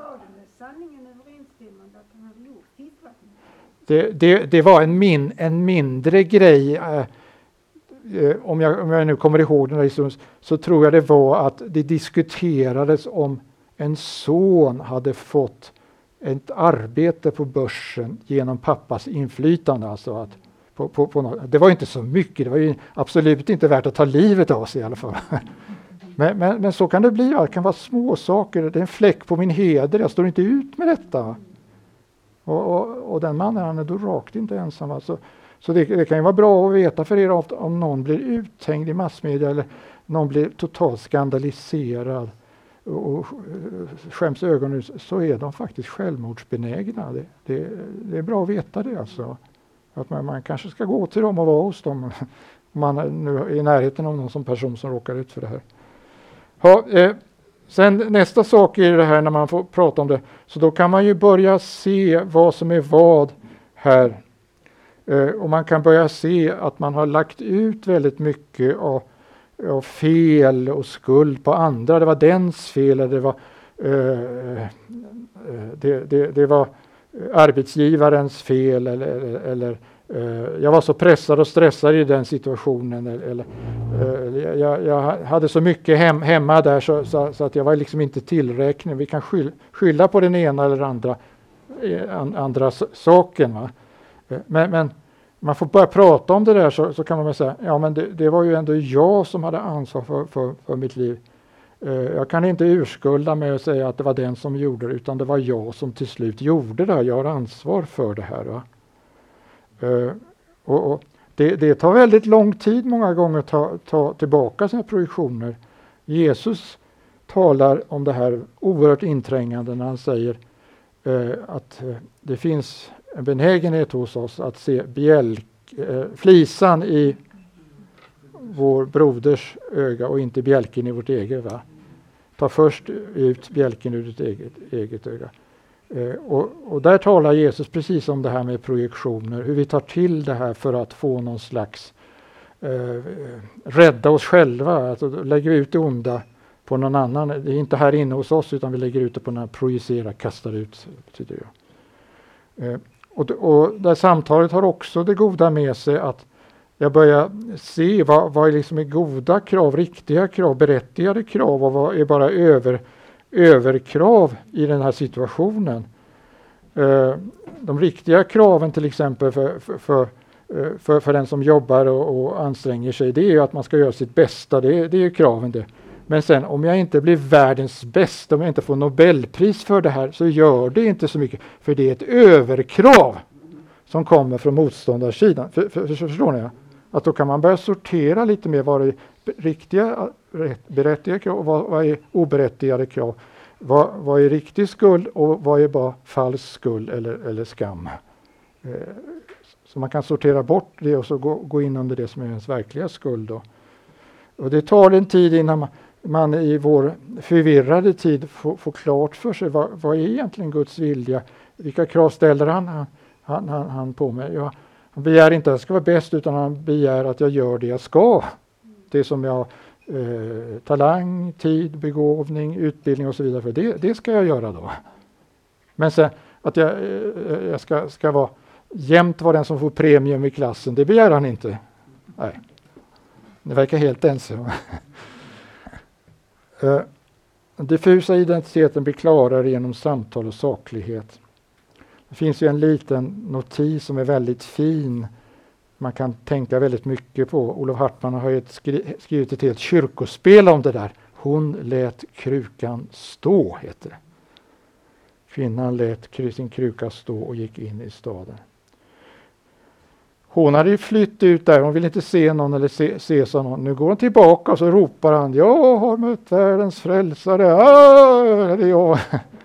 Det, det, det var en, min, en mindre grej. Eh, om, jag, om jag nu kommer ihåg den här historien, så tror jag det var att det diskuterades om en son hade fått ett arbete på börsen genom pappas inflytande. Alltså att på, på, på något, det var inte så mycket, det var ju absolut inte värt att ta livet av sig i alla fall. Men, men, men så kan det bli, det kan vara små saker. Det är en fläck på min heder, jag står inte ut med detta. Och, och, och den mannen, han är då rakt inte ensam. Alltså. Så det, det kan ju vara bra att veta för er om, om någon blir uthängd i massmedia, eller någon blir totalt skandaliserad och, och skäms ögonen ut, så är de faktiskt självmordsbenägna. Det, det, det är bra att veta det alltså. Att man, man kanske ska gå till dem och vara hos dem om man nu är i närheten av någon som person som råkar ut för det här. Ja, eh, sen nästa sak är det här när man får prata om det, så då kan man ju börja se vad som är vad här. Eh, och man kan börja se att man har lagt ut väldigt mycket av, av fel och skuld på andra. Det var dens fel, eller det var, eh, det, det, det var arbetsgivarens fel, eller, eller, eller eh, jag var så pressad och stressad i den situationen, eller, eller eh, jag, jag hade så mycket hem, hemma där så, så, så att jag var liksom inte tillräknad. Vi kan skylla, skylla på den ena eller andra, andra saken, va? Men, men man får börja prata om det där, så, så kan man väl säga, ja men det, det var ju ändå jag som hade ansvar för, för, för mitt liv. Uh, jag kan inte urskulda mig och säga att det var den som gjorde det, utan det var jag som till slut gjorde det här. Jag har ansvar för det här. Va? Uh, och, och det, det tar väldigt lång tid många gånger att ta, ta tillbaka sina projektioner. Jesus talar om det här oerhört inträngande när han säger uh, att uh, det finns en benägenhet hos oss att se bjälk, eh, flisan i vår broders öga och inte bjälken i vårt eget. Va? Ta först ut bjälken ur ditt eget, eget öga. Eh, och, och där talar Jesus precis om det här med projektioner, hur vi tar till det här för att få någon slags eh, rädda oss själva. Alltså, lägger vi ut det onda på någon annan, det är inte här inne hos oss, utan vi lägger ut det på någon, projicera, kastar ut, betyder det. Eh, Och, och det samtalet har också det goda med sig att jag börjar se vad, vad är liksom är goda krav, riktiga krav, berättigade krav, och vad är bara över, överkrav i den här situationen. Uh, de riktiga kraven till exempel för, för, för, uh, för, för den som jobbar och, och anstränger sig, det är ju att man ska göra sitt bästa, det, det är ju kraven det. Men sen om jag inte blir världens bästa, om jag inte får Nobelpris för det här, så gör det inte så mycket. För det är ett överkrav som kommer från motståndarsidan. För, för, för, förstår ni? Att då kan man börja sortera lite mer vad är riktiga, berättigade krav och vad, vad är oberättigade krav. Vad, vad är riktig skuld och vad är bara falsk skuld eller, eller skam. Eh, så man kan sortera bort det och så gå, gå in under det som är ens verkliga skuld då. Och det tar en tid innan man, man i vår förvirrade tid får, får klart för sig vad, vad är egentligen Guds vilja. Vilka krav ställer han, han, han, han, han på mig? Ja, han begär inte att jag ska vara bäst, utan han begär att jag gör det jag ska. Det som jag eh, talang, tid, begåvning, utbildning och så vidare. För det, det ska jag göra då. Men sen att jag, eh, jag ska, ska vara jämt vara den som får premium i klassen, det begär han inte. Nej. Det verkar helt ensam. uh, diffusa identiteten blir klarare genom samtal och saklighet. Det finns ju en liten notis som är väldigt fin. Man kan tänka väldigt mycket på. Olof Hartman har ju skri- skrivit ett helt kyrkospel om det där. Hon lät krukan stå, heter det. Kvinnan lät sin kruka stå och gick in i staden. Hon hade ju flytt ut där, hon ville inte se någon eller se, se så någon. Nu går hon tillbaka och så ropar han, jag har mött världens frälsare, ah, det är jag.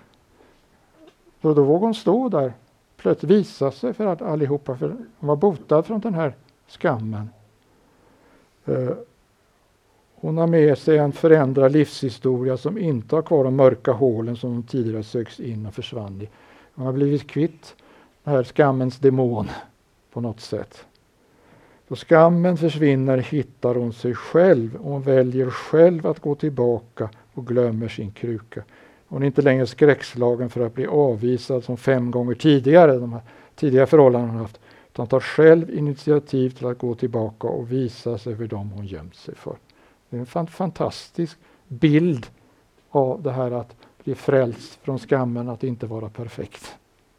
Så då vågar hon stå där, plötsligt visa sig för att allihopa, för hon var botad från den här skammen. Uh, hon har med sig en förändrad livshistoria som inte har kvar de mörka hålen som hon tidigare söks in och försvann i. Hon har blivit kvitt den här skammens demon. På något sätt. Då skammen försvinner hittar hon sig själv. Och hon väljer själv att gå tillbaka och glömmer sin kruka. Hon är inte längre skräckslagen för att bli avvisad som fem gånger tidigare. De här tidigare förhållanden hon haft. Utan tar själv initiativ till att gå tillbaka och visa sig för dem hon gömt sig för. Det är en fan, fantastisk bild av det här att bli frälst från skammen att inte vara perfekt.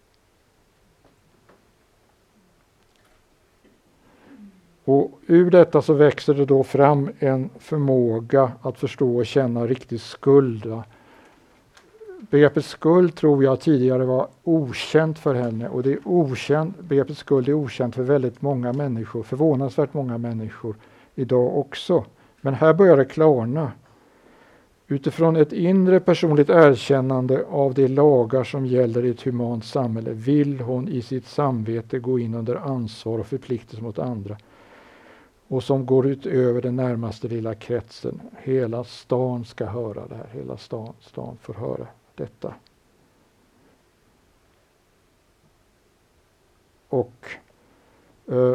Och ur detta så växer det då fram en förmåga att förstå och känna riktig skuld. Va? Begreppet skuld tror jag tidigare var okänt för henne, och det är okänt, begreppet skuld är okänt för väldigt många människor, förvånansvärt många människor idag också. Men här börjar det klarna. Utifrån ett inre personligt erkännande av de lagar som gäller i ett humant samhälle vill hon i sitt samvete gå in under ansvar och förpliktelse mot andra. Och som går utöver den närmaste lilla kretsen. Hela stan ska höra det här. Hela stan, stan får höra detta. Och Uh,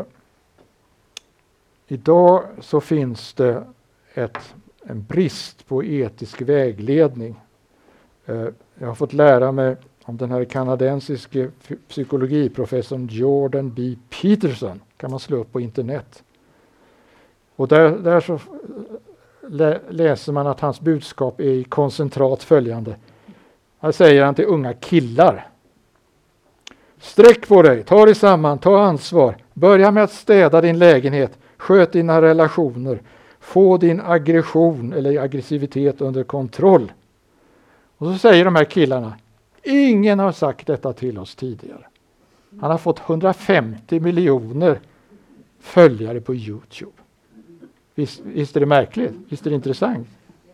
idag så finns det ett, en brist på etisk vägledning. Uh, jag har fått lära mig om den här kanadensiske psykologiprofessorn Jordan B. Peterson. Kan man slå upp på internet. Och där, där så lä, läser man att hans budskap är i koncentrat följande. Här säger han till unga killar. Sträck på dig, ta dig samman, ta ansvar. Börja med att städa din lägenhet, sköt dina relationer. Få din aggression eller aggressivitet under kontroll. Och så säger de här killarna, ingen har sagt detta till oss tidigare. Han har fått hundrafemtio miljoner följare på YouTube. Visst, visst är det märkligt? Visst är det intressant?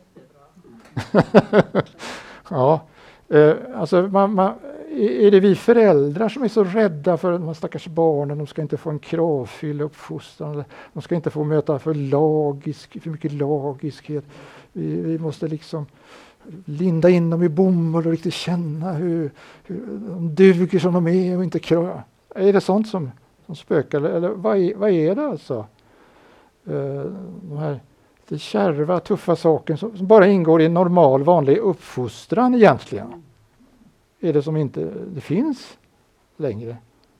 Ja, eh, alltså man, man, är det vi föräldrar som är så rädda för de stackars barnen? De ska inte få en kravfylld uppfostran. De ska inte få möta för, lagisk, för mycket lagiskhet. Vi, vi måste liksom linda in dem i bomull och riktigt känna hur, hur de duger som de är och inte krav. Är det sånt som, som spökar? Eller vad är, vad är det alltså? Uh, de här det kärva, tuffa saker som, som bara ingår i en normal, vanlig uppfostran egentligen. Är det som inte det finns längre?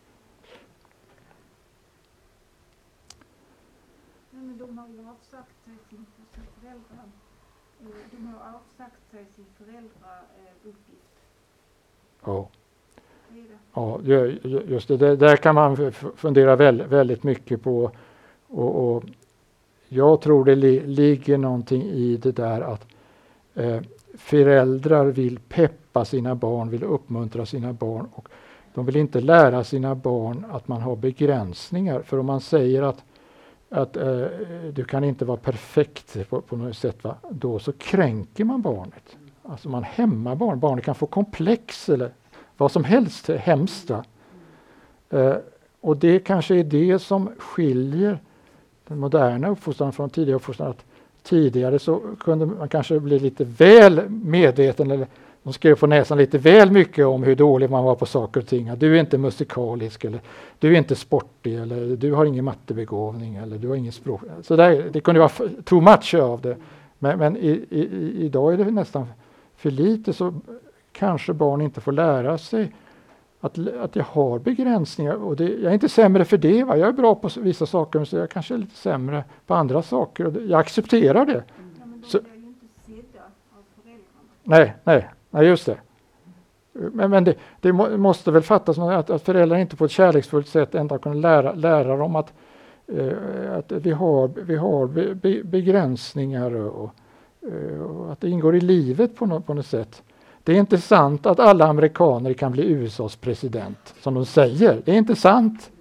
Nej, men de har ju avsagt sig sin, sin föräldrar. De har avsagt sig sin föräldrauppgift. Ja. Det är det. Ja, just det. det. Där kan man fundera väldigt, väldigt mycket på. Och, och jag tror det li, ligger någonting i det där att eh, föräldrar vill peppa sina barn, vill uppmuntra sina barn. Och de vill inte lära sina barn att man har begränsningar. För om man säger att, att eh, du kan inte vara perfekt på, på något sätt, va? Då så kränker man barnet. Alltså man hämmar barn. Barnet kan få komplex eller vad som helst hemskt. Eh, och det kanske är det som skiljer den moderna uppfostran från tidigare uppfostran. Att tidigare så kunde man kanske bli lite väl medveten, eller de skrev på näsan lite väl mycket om hur dålig man var på saker och ting. Du är inte musikalisk, eller du är inte sportig, eller du har ingen mattebegåvning, eller du har ingen språk. Så där, det kunde vara too much av det. Men, men i, i, idag är det nästan för lite, så kanske barn inte får lära sig att, att jag har begränsningar. Och det, jag är inte sämre för det. Va? Jag är bra på vissa saker, så jag kanske är lite sämre på andra saker. Och det, jag accepterar det. Ja, men de så, blir ju inte sedda av föräldrarna. nej, nej, nej, just det. Men, men det, det må, måste väl fattas att, att föräldrar inte på ett kärleksfullt sätt ändå kan lära, lära dem att, eh, att vi har, vi har be, be, begränsningar och, och att det ingår i livet på något, på något sätt. Det är inte sant att alla amerikaner kan bli U S A:s president, som de säger. Det är inte sant.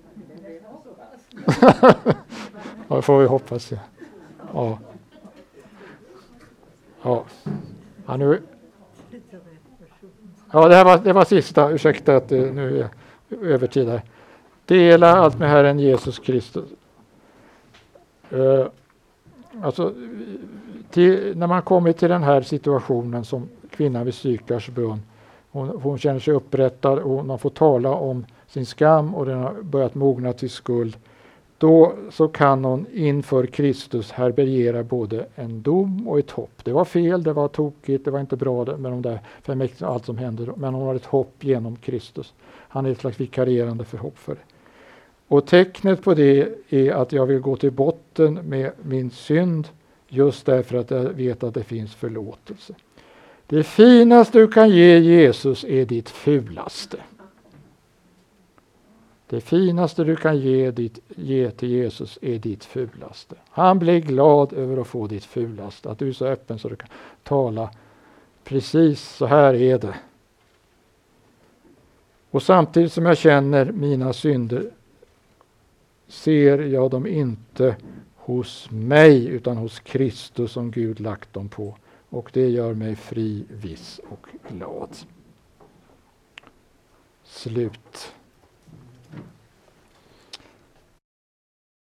Ja, det får vi hoppas. Ja, ja. Ja. Ja, nu... ja det här var, det var sista. Ursäkta att det, nu är jag övertid här. Dela allt med Herren Jesus Kristus. Uh, alltså, till, när man kommer till den här situationen som kvinnan vid Sykars brunn, hon, hon känner sig upprättad och hon har fått tala om sin skam och den har börjat mogna till skuld. Då så kan hon inför Kristus härbärgera både en dom och ett hopp. Det var fel, det var tokigt, det var inte bra med de där förmäktiga, allt som hände. Men hon har ett hopp genom Kristus. Han är ett slags vikarierande för hopp för det. Och tecknet på det är att jag vill gå till botten med min synd, just därför att jag vet att det finns förlåtelse. Det finaste du kan ge Jesus är ditt fulaste. Det finaste du kan ge, ditt, ge till Jesus är ditt fulaste. Han blir glad över att få ditt fulaste. Att du är så öppen så du kan tala precis så här är det. Och samtidigt som jag känner mina synder ser jag dem inte hos mig utan hos Kristus som Gud lagt dem på. Och det gör mig fri, viss och glad. Slut.